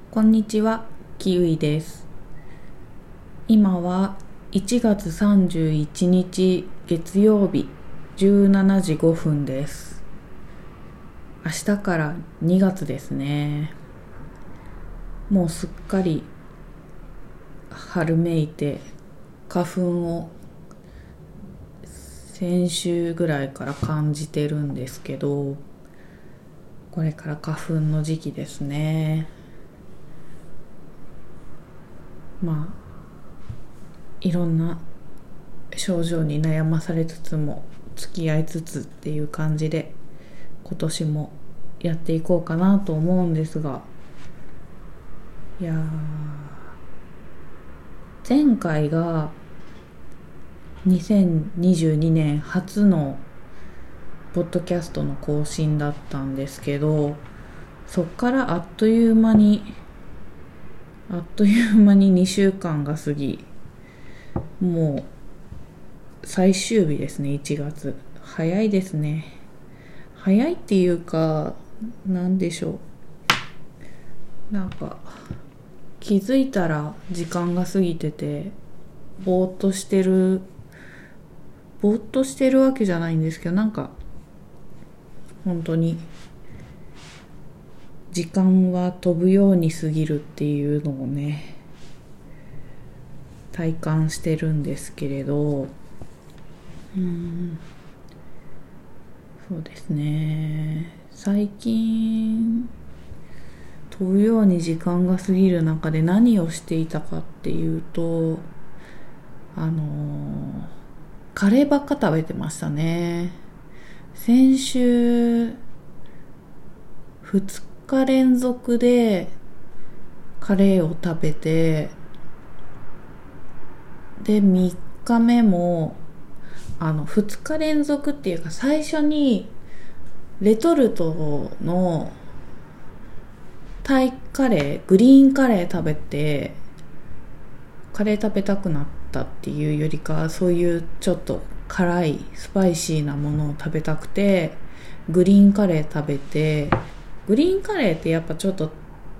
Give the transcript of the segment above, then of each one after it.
こんにちは、キウイです。今は1月31日月曜日17時5分です。明日から2月ですね。もうすっかり春めいて、花粉を先週ぐらいから感じてるんですけど、これから花粉の時期ですね。いろんな症状に悩まされつつも付き合いつつっていう感じで今年もやっていこうかなと思うんですが、いや前回が2022年初のポッドキャストの更新だったんですけど、そっからあっという間に2週間が過ぎ、もう最終日ですね。1月早いですね。早いっていうか、なんでしょう、気づいたら時間が過ぎてて、ぼーっとしてるわけじゃないんですけど、本当に時間は飛ぶように過ぎるっていうのをね、体感してるんですけれど、そうですね、最近飛ぶように時間が過ぎる中で何をしていたかっていうと、カレーばっか食べてましたね。先週2日連続でカレーを食べて、で3日目も2日連続っていうか、最初にレトルトのタイカレー、グリーンカレー食べて、カレー食べたくなったっていうよりか、そういうちょっと辛いスパイシーなものを食べたくてグリーンカレー食べて、グリーンカレーってやっぱちょっと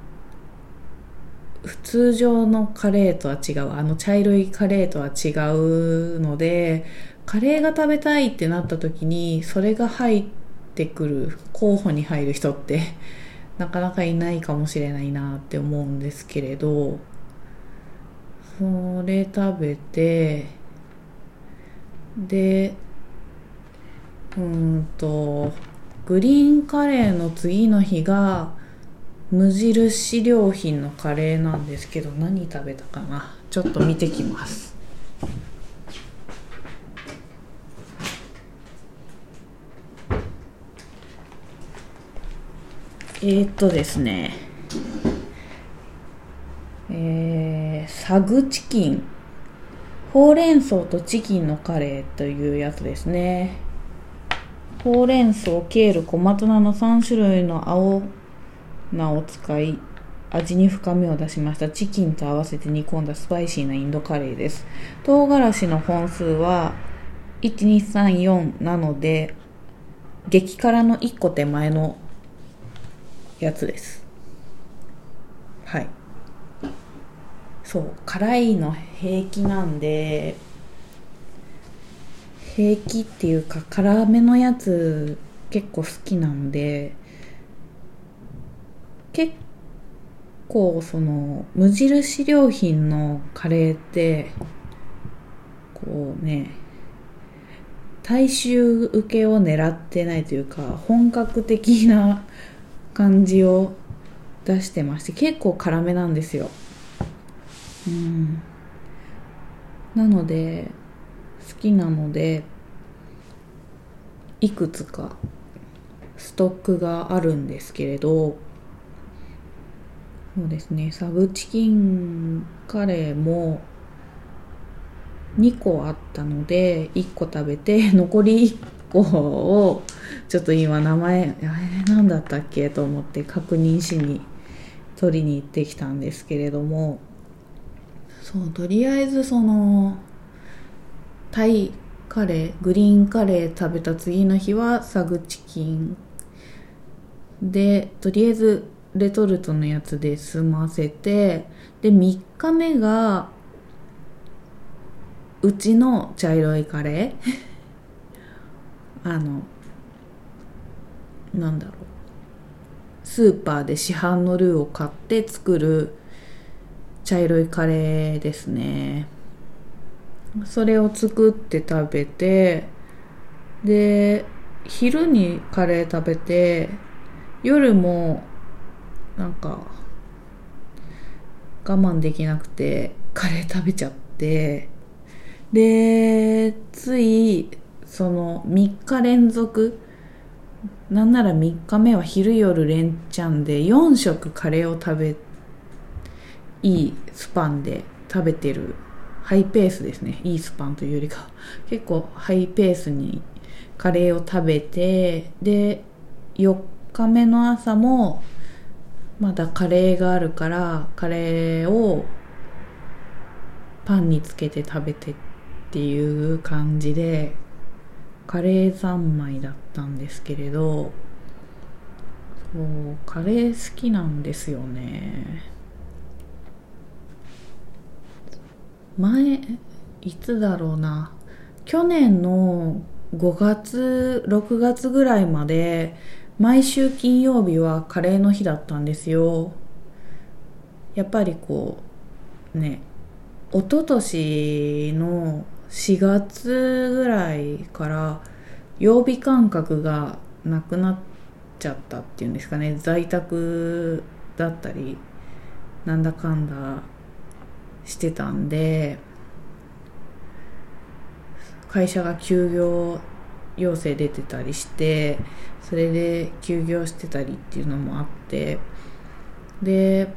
普通常のカレーとは違う、茶色いカレーとは違うので、カレーが食べたいってなった時にそれが入ってくる候補に入る人ってなかなかいないかもしれないなって思うんですけれど、それ食べて、でグリーンカレーの次の日が無印良品のカレーなんですけど、何食べたかな、ちょっと見てきます。ですね、サグチキン、ほうれん草とチキンのカレーというやつですね。ほうれん草、ケール、小松菜の3種類の青菜を使い、味に深みを出しました。チキンと合わせて煮込んだスパイシーなインドカレーです。唐辛子の本数は1234なので、激辛の1個手前のやつです。はい。そう、辛いの平気なんで、平気っていうか辛めのやつ結構好きなんで、結構その無印良品のカレーってこうね、大衆受けを狙ってないというか、本格的な感じを出してまして、結構辛めなんですよ。なので好きなので、いくつかストックがあるんですけれど、そうですね、サグチキンカレーも2個あったので1個食べて、残り1個をちょっと今名前何だったっけと思って確認しに取りに行ってきたんですけれども、そう、とりあえずそのタイカレー、グリーンカレー食べた次の日はサグチキンで、とりあえずレトルトのやつで済ませて、で3日目がうちの茶色いカレーなんだろう、スーパーで市販のルーを買って作る茶色いカレーですね。それを作って食べて、で昼にカレー食べて、夜もなんか我慢できなくてカレー食べちゃって、でついその3日連続、なんなら3日目は昼夜連チャンで4食カレーをいいスパンで食べてる、ハイペースですね。いいスパンというよりか結構ハイペースにカレーを食べて、で4日目の朝もまだカレーがあるから、カレーをパンにつけて食べてっていう感じで、カレー三昧だったんですけれど、そうカレー好きなんですよね。前いつだろうな、去年の5月6月ぐらいまで毎週金曜日はカレーの日だったんですよ。やっぱりこうね、一昨年の4月ぐらいから曜日感覚がなくなっちゃったっていうんですかね。在宅だったりなんだかんだしてたんで、会社が休業要請出てたりして、それで休業してたりっていうのもあって、で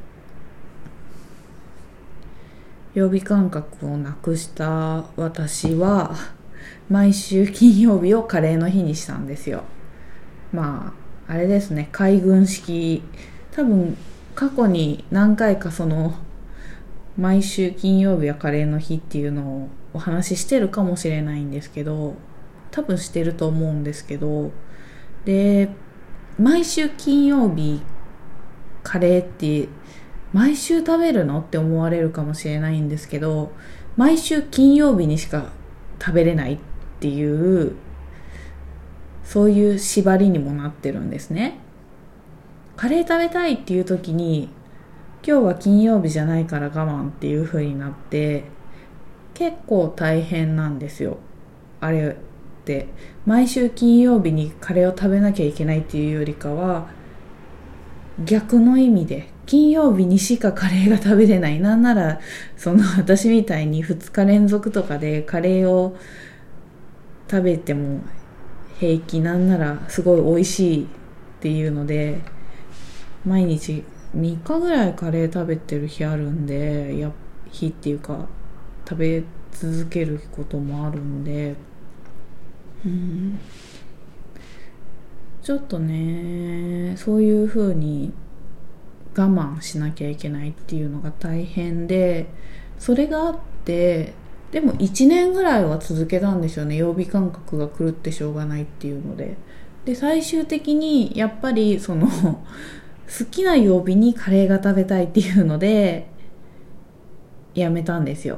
曜日感覚をなくした私は毎週金曜日をカレーの日にしたんですよ。まああれですね、海軍式。多分過去に何回かその毎週金曜日はカレーの日っていうのをお話ししてるかもしれないんですけど、多分してると思うんですけど、で毎週金曜日カレーって毎週食べるのって思われるかもしれないんですけど、毎週金曜日にしか食べれないっていう、そういう縛りにもなってるんですね。カレー食べたいっていう時に、今日は金曜日じゃないから我慢っていう風になって、結構大変なんですよ。あれって毎週金曜日にカレーを食べなきゃいけないっていうよりかは、逆の意味で金曜日にしかカレーが食べれない。なんならその私みたいに2日連続とかでカレーを食べても平気、なんならすごい美味しいっていうので、毎日3日ぐらいカレー食べてる日あるんで、日っていうか食べ続けることもあるんで、ちょっとね、そういう風に我慢しなきゃいけないっていうのが大変で、それがあって、でも1年ぐらいは続けたんですよね。曜日感覚が狂ってしょうがないっていうので。で最終的にやっぱりその好きな曜日にカレーが食べたいっていうのでやめたんですよ。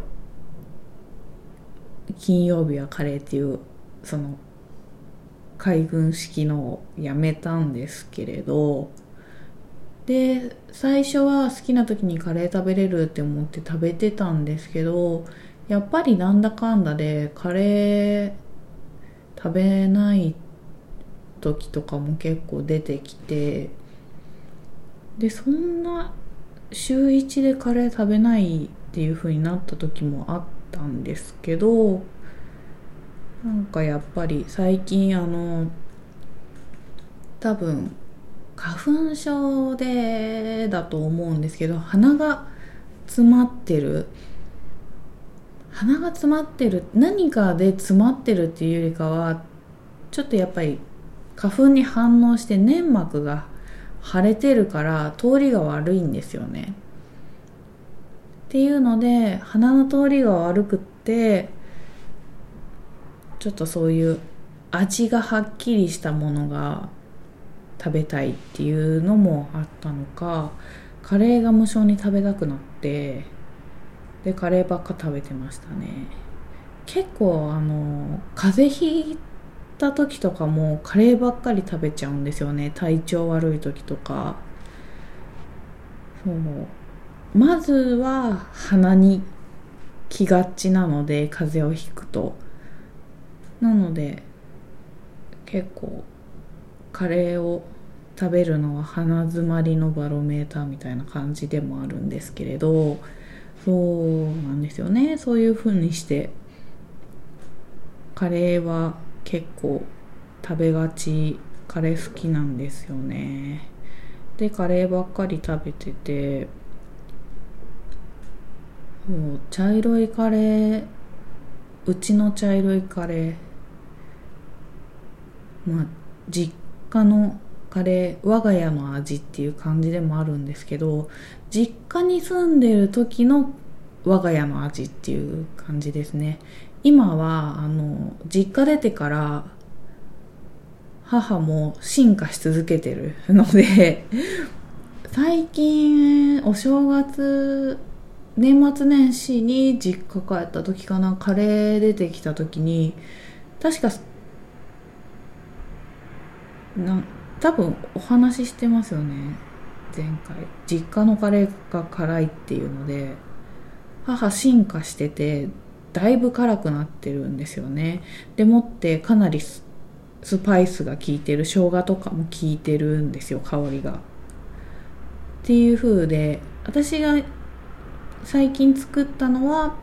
金曜日はカレーっていうその海軍式のをやめたんですけれど、で最初は好きな時にカレー食べれるって思って食べてたんですけど、やっぱりなんだかんだでカレー食べない時とかも結構出てきて、でそんな週1でカレー食べないっていう風になった時もあったんですけど、なんかやっぱり最近多分花粉症でだと思うんですけど、鼻が詰まってる、何かで詰まってるっていうよりかは、ちょっとやっぱり花粉に反応して粘膜が腫れてるから通りが悪いんですよね。っていうので鼻の通りが悪くって、ちょっとそういう味がはっきりしたものが食べたいっていうのもあったのか、カレーが無性に食べたくなって、でカレーばっか食べてましたね。結構風邪ひいた時とかもカレーばっかり食べちゃうんですよね、体調悪い時とか。そうまずは鼻に来がちなので、風邪をひくと。なので結構カレーを食べるのは鼻づまりのバロメーターみたいな感じでもあるんですけれど、そうなんですよね。そういう風にしてカレーは結構食べがち。カレー好きなんですよね。でカレーばっかり食べてて、もう茶色いカレー、うちの茶色いカレー、実家のカレー、我が家の味っていう感じでもあるんですけど、実家に住んでる時の我が家の味っていう感じですね。今は実家出てから母も進化し続けてるので最近お正月、年末年始に実家帰った時かな、カレー出てきた時に、確か多分お話ししてますよね、前回。実家のカレーが辛いっていうので、母進化しててだいぶ辛くなってるんですよね。でもってかなりスパイスが効いてる、生姜とかも効いてるんですよ、香りが。っていう風で、私が最近作ったのは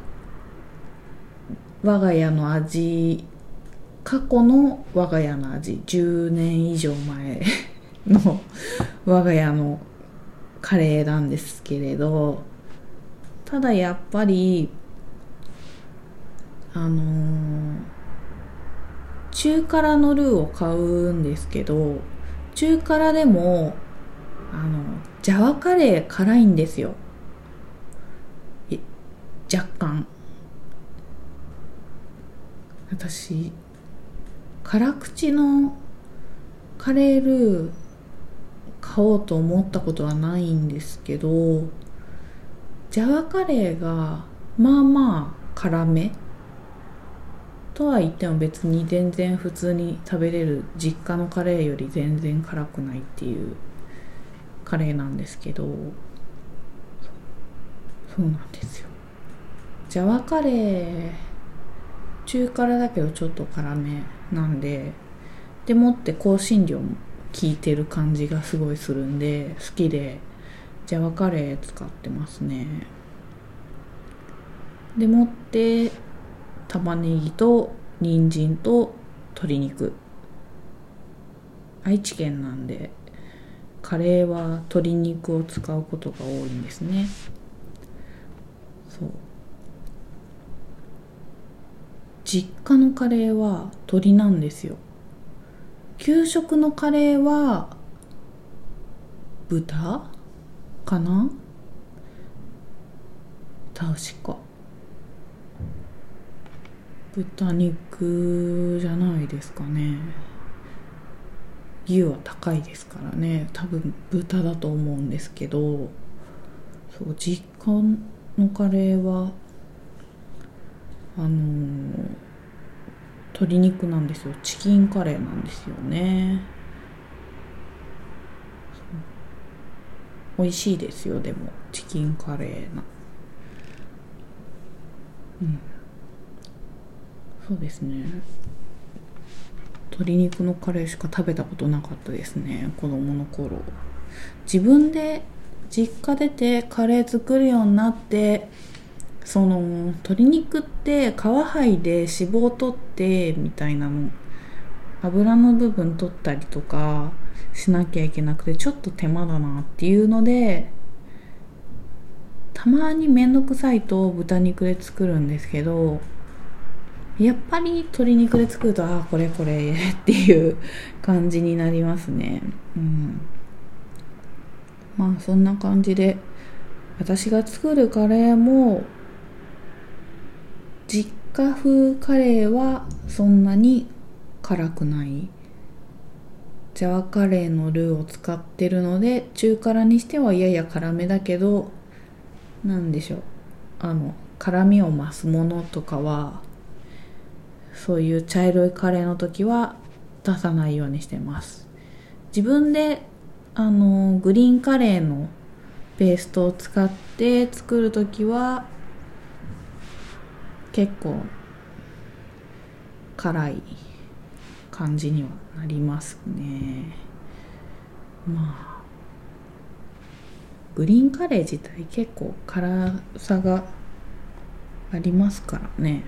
我が家の味、過去の我が家の味、10年以上前の我が家のカレーなんですけれど、ただやっぱり中辛のルーを買うんですけど、中辛でもジャワカレー辛いんですよ、若干。私辛口のカレールー買おうと思ったことはないんですけど、ジャワカレーがまあまあ辛めとは言っても、別に全然普通に食べれる実家のカレーより全然辛くないっていうカレーなんですけど、そうなんですよ。ジャワカレー中辛だけどちょっと辛めなんで、でもって香辛料も効いてる感じがすごいするんで好きで、ジャワカレー使ってますね。でもって玉ねぎと人参と鶏肉、愛知県なんでカレーは鶏肉を使うことが多いんですね。そう、実家のカレーは鶏なんですよ。給食のカレーは豚かな、確か豚肉じゃないですかね。牛は高いですからね、多分豚だと思うんですけど、そう実家のカレーは鶏肉なんですよ。チキンカレーなんですよね。美味しいですよ、でもチキンカレーな。そうですね、鶏肉のカレーしか食べたことなかったですね、子供の頃。自分で実家出てカレー作るようになって、鶏肉って皮剥いで脂肪取ってみたいなの、油の部分取ったりとかしなきゃいけなくて、ちょっと手間だなっていうので、たまにめんどくさいと豚肉で作るんですけど、やっぱり鶏肉で作ると、これっていう感じになりますね。まあそんな感じで、私が作るカレーも実家風カレーはそんなに辛くない。 ジャワカレーのルーを使ってるので、中辛にしてはやや辛めだけど、なんでしょう、辛みを増すものとかは、そういう茶色いカレーの時は出さないようにしてます。自分でグリーンカレーのペーストを使って作る時は結構辛い感じにはなりますね。まあグリーンカレー自体結構辛さがありますからね。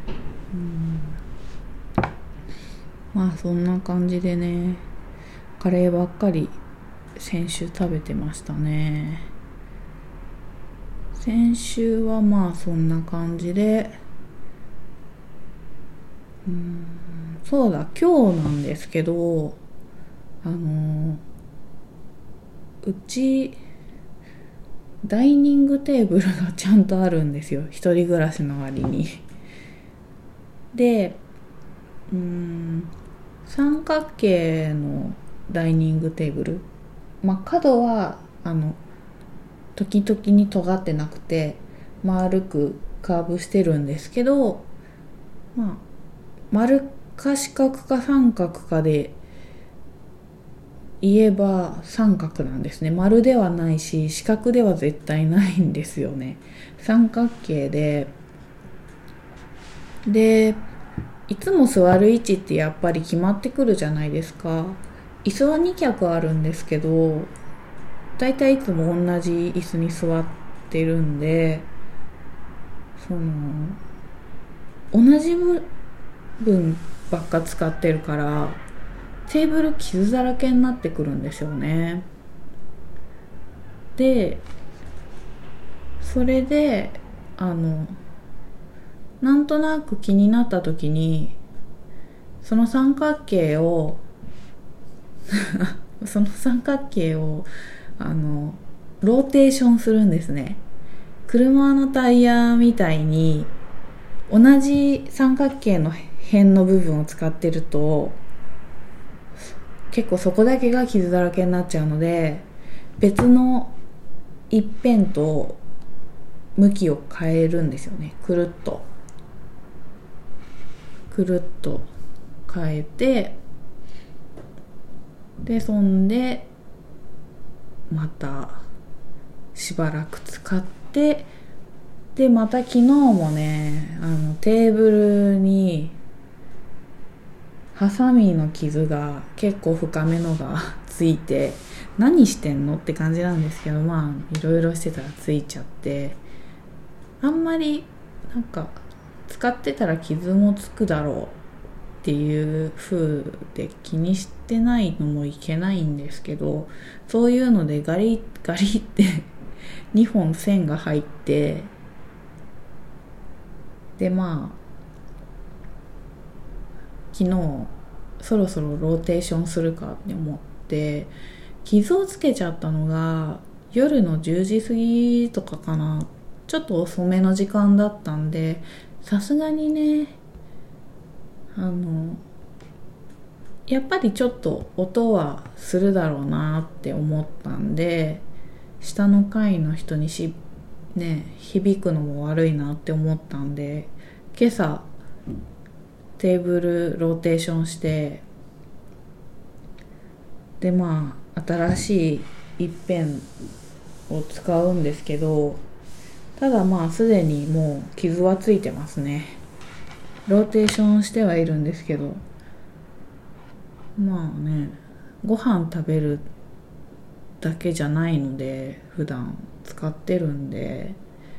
まあそんな感じでね、カレーばっかり先週食べてましたね。先週はまあそんな感じで、そうだ、今日なんですけど、うちダイニングテーブルがちゃんとあるんですよ、一人暮らしの割に。で、三角形のダイニングテーブル、角は時々に尖ってなくて丸くカーブしてるんですけど、丸か四角か三角かで言えば三角なんですね。丸ではないし四角では絶対ないんですよね。三角形で、いつも座る位置ってやっぱり決まってくるじゃないですか。椅子は2脚あるんですけど、だいたいいつも同じ椅子に座ってるんで、同じ部分ばっか使ってるからテーブル傷だらけになってくるんですよね。でそれでなんとなく気になった時にその三角形をローテーションするんですね。車のタイヤみたいに同じ三角形の辺の部分を使ってると結構そこだけが傷だらけになっちゃうので、別の一辺と向きを変えるんですよね。くるっと変えて、でそんでまたしばらく使って、でまた昨日もね、テーブルにハサミの傷が結構深めのがついて、何してんのって感じなんですけど、いろいろしてたらついちゃって、あんまり使ってたら傷もつくだろうっていう風で気にしてないのもいけないんですけど、そういうのでガリガリって2本線が入って、で昨日そろそろローテーションするかって思って傷をつけちゃったのが夜の10時過ぎとかかな。ちょっと遅めの時間だったんで、さすがにねやっぱりちょっと音はするだろうなって思ったんで、下の階の人に響くのも悪いなって思ったんで、今朝テーブルローテーションして、で新しい一辺を使うんですけど、ただすでにもう傷はついてますね。ローテーションしてはいるんですけど、ご飯食べるだけじゃないので普段使ってるんで、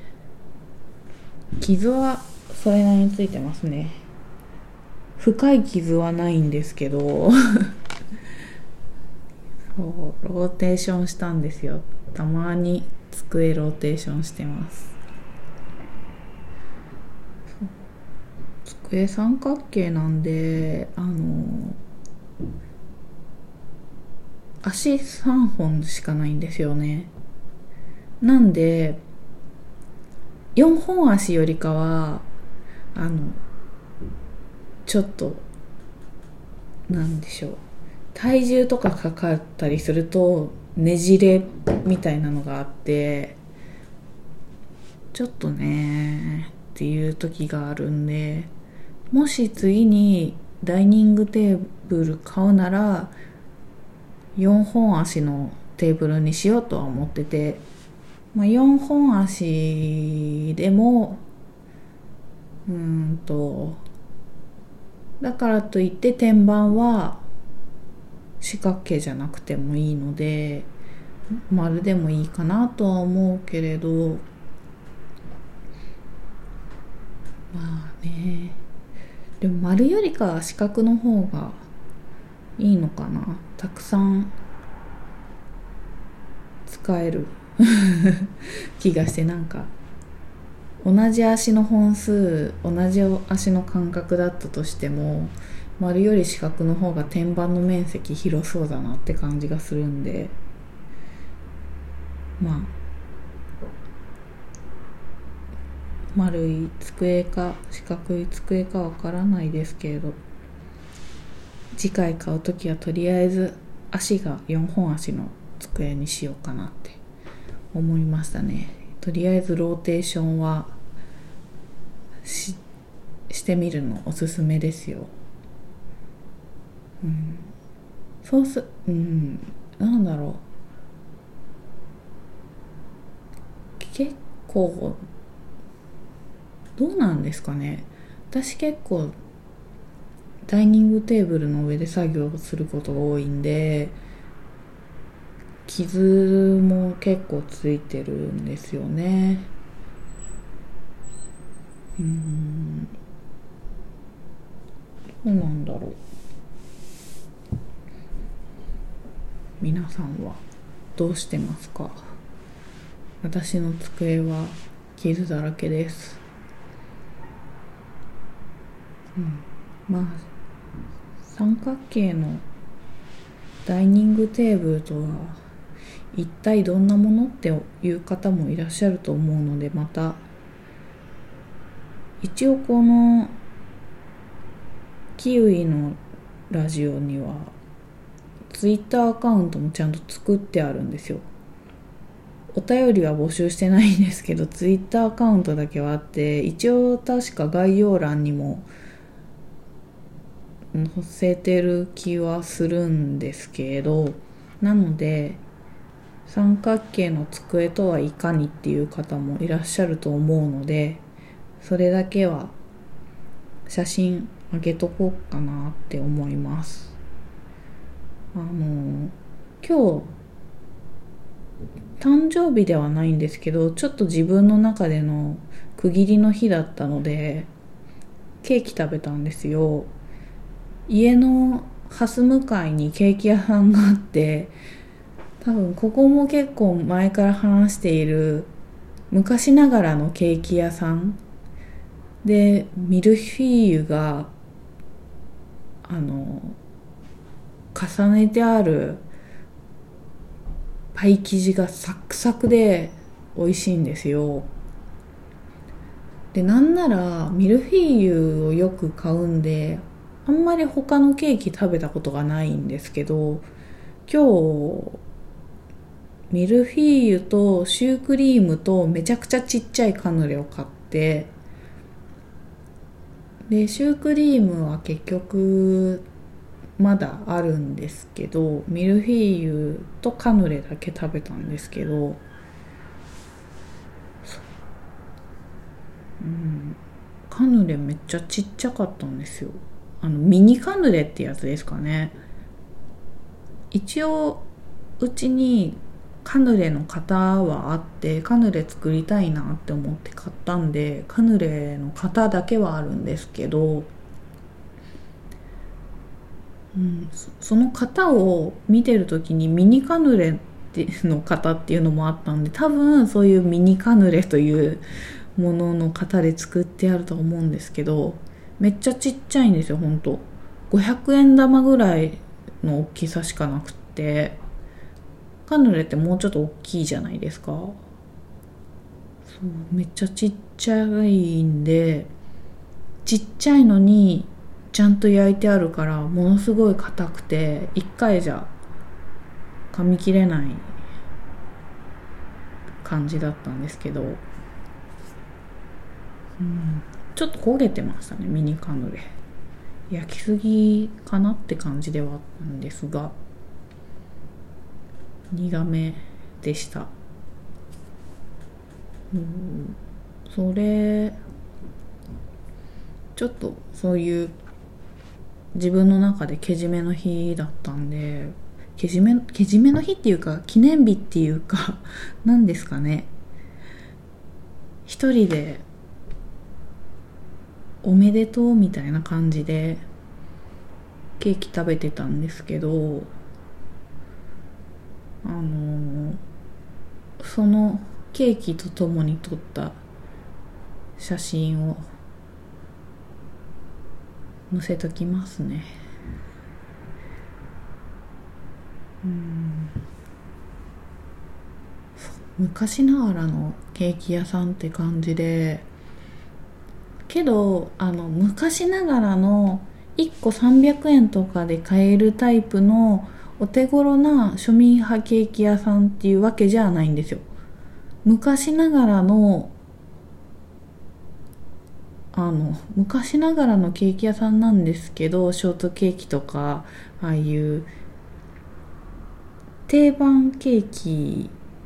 傷はそれなりについてますね。深い傷はないんですけどそうローテーションしたんですよ。たまに机ローテーションしてます。机三角形なんで足3本しかないんですよね。なんで4本足よりかはちょっとなんでしょう、 体重とかかかったりするとねじれみたいなのがあって、ちょっとねっていう時があるんで、もし次にダイニングテーブル買うなら4本足のテーブルにしようとは思ってて、4本足でもだからといって天板は四角形じゃなくてもいいので丸でもいいかなとは思うけれど、でも丸よりかは四角の方がいいのかな。たくさん使える気がして、なんか同じ足の本数、同じ足の間隔だったとしても丸より四角の方が天板の面積広そうだなって感じがするんで、丸い机か四角い机かわからないですけれど、次回買うときはとりあえず足が4本足の机にしようかなって思いましたね。とりあえずローテーションはしてみるのおすすめですよ。なんだろう、結構どうなんですかね。私結構ダイニングテーブルの上で作業することが多いんで、傷も結構ついてるんですよね。どうなんだろう。皆さんはどうしてますか？私の机は傷だらけです。三角形のダイニングテーブルとは一体どんなものっていう方もいらっしゃると思うので、また一応このキウイのラジオにはツイッターアカウントもちゃんと作ってあるんですよ。お便りは募集してないんですけど、ツイッターアカウントだけはあって、一応確か概要欄にも載せてる気はするんですけれど、なので三角形の机とはいかにっていう方もいらっしゃると思うので、それだけは写真あげとこうかなって思います。今日誕生日ではないんですけど、ちょっと自分の中での区切りの日だったのでケーキ食べたんですよ。家の蓮向かいにケーキ屋さんがあって、多分ここも結構前から話している昔ながらのケーキ屋さんで、ミルフィーユが重ねてあるパイ生地がサクサクで美味しいんですよ。で、なんならミルフィーユをよく買うんで、あんまり他のケーキ食べたことがないんですけど、今日ミルフィーユとシュークリームとめちゃくちゃちっちゃいカヌレを買って、でシュークリームは結局まだあるんですけど、ミルフィーユとカヌレだけ食べたんですけど、カヌレめっちゃちっちゃかったんですよ。ミニカヌレってやつですかね。一応うちにカヌレの型はあって、カヌレ作りたいなって思って買ったんで、カヌレの型だけはあるんですけど、その型を見てるときにミニカヌレの型っていうのもあったんで、多分そういうミニカヌレというものの型で作ってあると思うんですけど、めっちゃちっちゃいんですよ。ほんと500円玉ぐらいの大きさしかなくって、カヌレってもうちょっと大きいじゃないですか。めっちゃちっちゃいんで、ちっちゃいのにちゃんと焼いてあるからものすごい硬くて一回じゃ噛み切れない感じだったんですけど、ちょっと焦げてましたね、ミニカヌレ。焼きすぎかなって感じではあったんですが、苦めでした。それちょっとそういう自分の中でけじめの日だったんで、けじめの日っていうか記念日っていうか何ですかね、一人でおめでとうみたいな感じでケーキ食べてたんですけど、そのケーキとともに撮った写真を載せときますね。昔ながらのケーキ屋さんって感じで、けど昔ながらの1個300円とかで買えるタイプのお手頃な庶民派ケーキ屋さんっていうわけじゃないんですよ。昔ながらの昔ながらのケーキ屋さんなんですけど、ショートケーキとかああいう定番ケーキ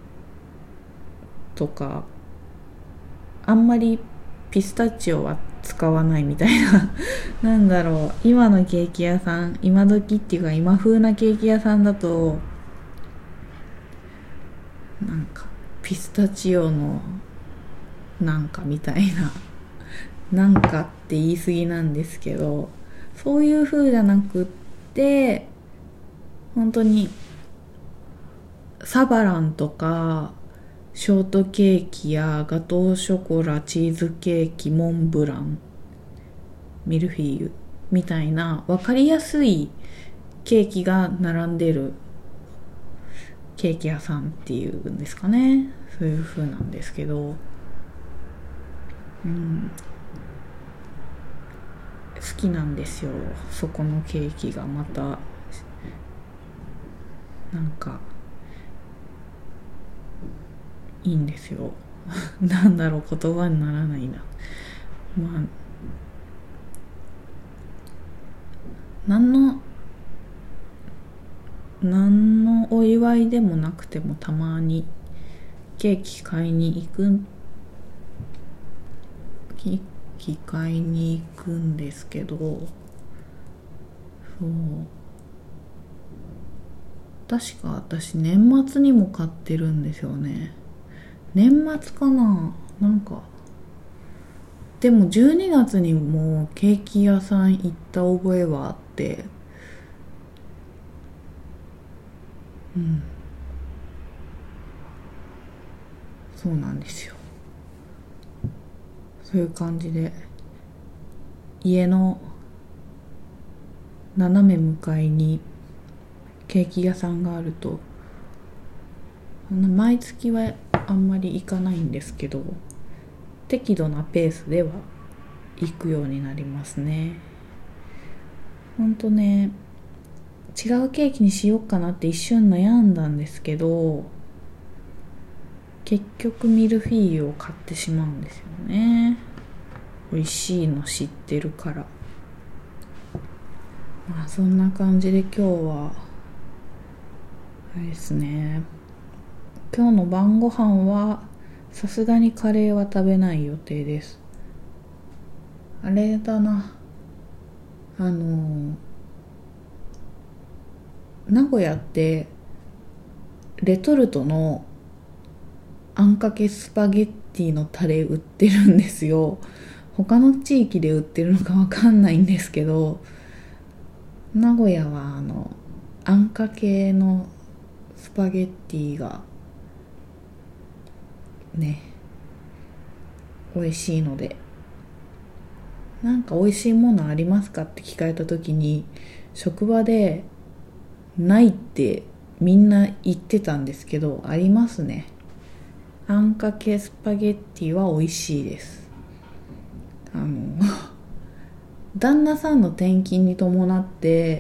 とかあんまりピスタチオは使わないみたいななんだろう、今のケーキ屋さん、今時っていうか今風なケーキ屋さんだとなんかピスタチオのなんかみたいな、なんかって言い過ぎなんですけど、そういう風じゃなくって、本当にサバランとかショートケーキやガトーショコラ、チーズケーキ、モンブラン、ミルフィーユみたいな分かりやすいケーキが並んでるケーキ屋さんっていうんですかね、そういう風なんですけど、好きなんですよ、そこのケーキが。またなんかいいんですよなんだろう、言葉にならないな。まあ何のお祝いでもなくてもたまにケーキ買いに行くんですけど、そう確か私年末にも買ってるんですよね。年末かな、なんかでも12月にもケーキ屋さん行った覚えはあって、そうなんですよ。そういう感じで家の斜め向かいにケーキ屋さんがあると、毎月はあんまり行かないんですけど、適度なペースでは行くようになりますね。ほんとね、違うケーキにしようかなって一瞬悩んだんですけど、結局ミルフィーユを買ってしまうんですよね。美味しいの知ってるから。まあそんな感じで今日はあれですね、今日の晩ご飯はさすがにカレーは食べない予定です。あれだな、名古屋ってレトルトのあんかけスパゲッティのタレ売ってるんですよ。他の地域で売ってるのかわかんないんですけど、名古屋はあんかけのスパゲッティがね美味しいので、なんか美味しいものありますかって聞かれた時に職場でないってみんな言ってたんですけど、ありますね。あんかけスパゲッティは美味しいです。 旦那さんの転勤に伴って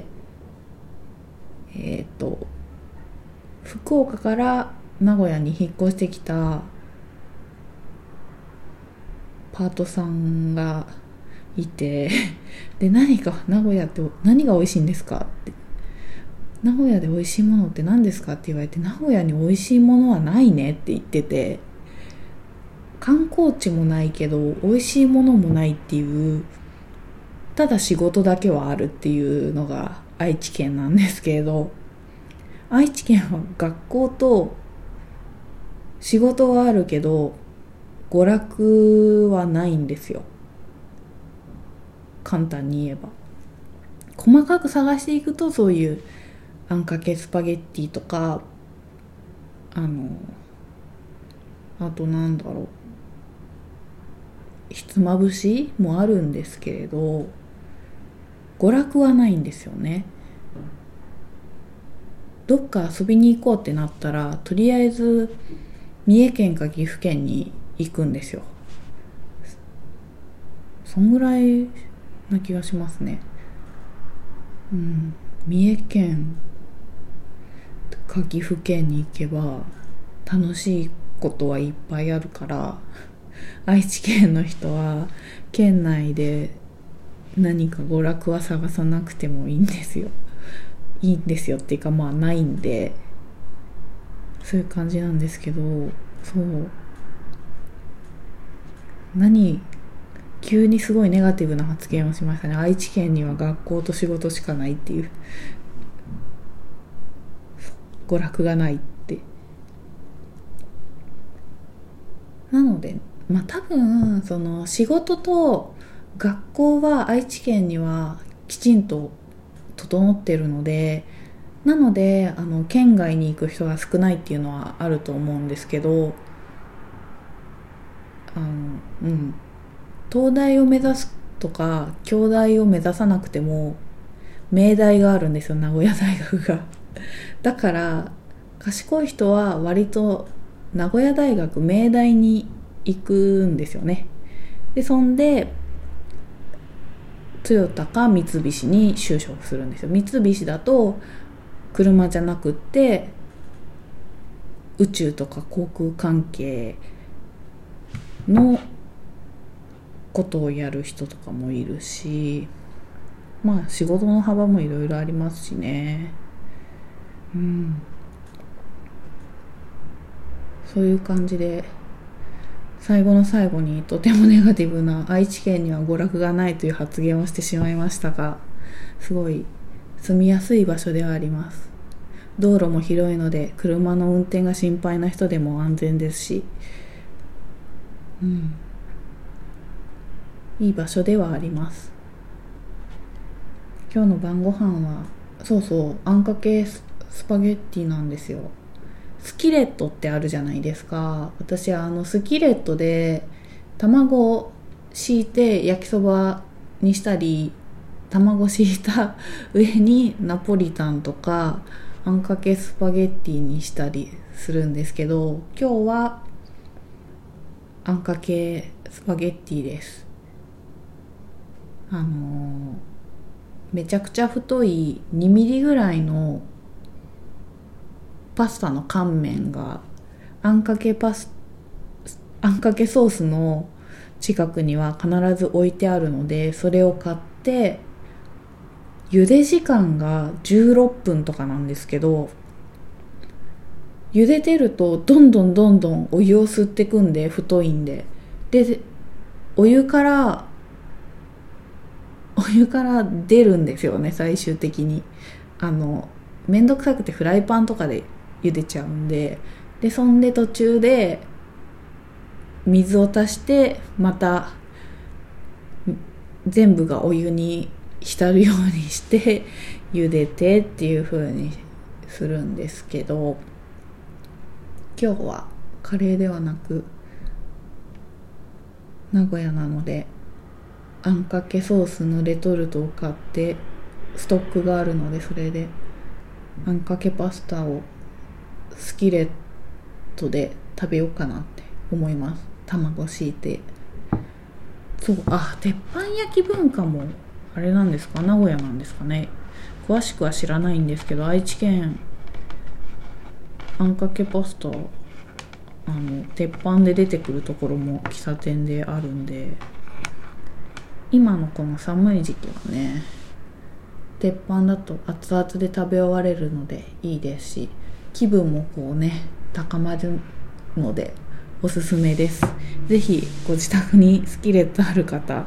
福岡から名古屋に引っ越してきたパートさんがいて、で何か名古屋って何が美味しいんですかって、名古屋で美味しいものって何ですかって言われて、名古屋に美味しいものはないねって言ってて、観光地もないけど美味しいものもないっていう、ただ仕事だけはあるっていうのが愛知県なんですけれど、愛知県は学校と仕事はあるけど娯楽はないんですよ。簡単に言えば、細かく探していくとそういうあんかけスパゲッティとか、あとなんだろう、ひつまぶしもあるんですけれど、娯楽はないんですよね。どっか遊びに行こうってなったら、とりあえず三重県か岐阜県に行くんですよ。そんぐらいな気がしますね。三重県か岐阜県に行けば楽しいことはいっぱいあるから、愛知県の人は県内で何か娯楽は探さなくてもいいんですよ。いいんですよっていうか、まあないんで、そういう感じなんですけど、そう、急にすごいネガティブな発言をしましたね。愛知県には学校と仕事しかないっていう、娯楽がないって。なのでまあ多分その仕事と学校は愛知県にはきちんと整ってるので、なので県外に行く人が少ないっていうのはあると思うんですけど、東大を目指すとか京大を目指さなくても明大があるんですよ、名古屋大学が。だから賢い人は割と名古屋大学明大に行くんですよね。でそんでトヨタか三菱に就職するんですよ。三菱だと車じゃなくって宇宙とか航空関係のことをやる人とかもいるし、まあ仕事の幅もいろいろありますしね。そういう感じで、最後の最後にとてもネガティブな愛知県には娯楽がないという発言をしてしまいましたが、すごい住みやすい場所ではあります。道路も広いので車の運転が心配な人でも安全ですし、いい場所ではあります。今日の晩ご飯はあんかけスパゲッティなんですよ。スキレットってあるじゃないですか。私スキレットで卵を敷いて焼きそばにしたり、卵敷いた上にナポリタンとかあんかけスパゲッティにしたりするんですけど、今日はあんかけスパゲッティです。めちゃくちゃ太い2ミリぐらいのパスタの乾麺があんかけソースの近くには必ず置いてあるので、それを買って、茹で時間が16分とかなんですけど、茹でてるとどんどんお湯を吸ってくんで、太いんで、でお湯から出るんですよね、最終的に。めんどくさくてフライパンとかで茹でちゃうんで、そんで途中で水を足してまた全部がお湯に浸るようにして茹でてっていう風にするんですけど、今日はカレーではなく名古屋なのであんかけソースのレトルトを買ってストックがあるので、それであんかけパスタをスキレットで食べようかなって思います。卵敷いて。鉄板焼き文化もあれなんですか、名古屋なんですかね。詳しくは知らないんですけど、愛知県あんかけポスト、鉄板で出てくるところも喫茶店であるんで、今のこの寒い時期はね、鉄板だと熱々で食べ終われるのでいいですし、気分もこうね高まるのでおすすめです。ぜひご自宅にスキレットある方、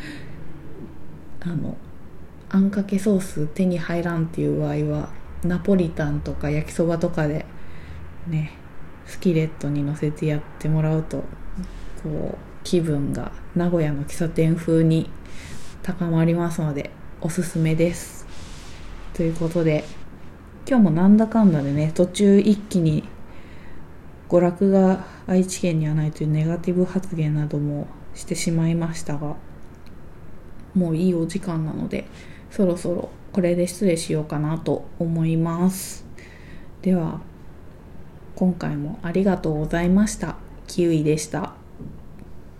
あんかけソース手に入らんっていう場合はナポリタンとか焼きそばとかでね、スキレットに乗せてやってもらうと、こう気分が名古屋の喫茶店風に高まりますのでおすすめです。ということで、今日もなんだかんだでね、途中一気に娯楽が愛知県にはないというネガティブ発言などもしてしまいましたが、もういいお時間なのでそろそろこれで失礼しようかなと思います。では今回もありがとうございました。キウイでした。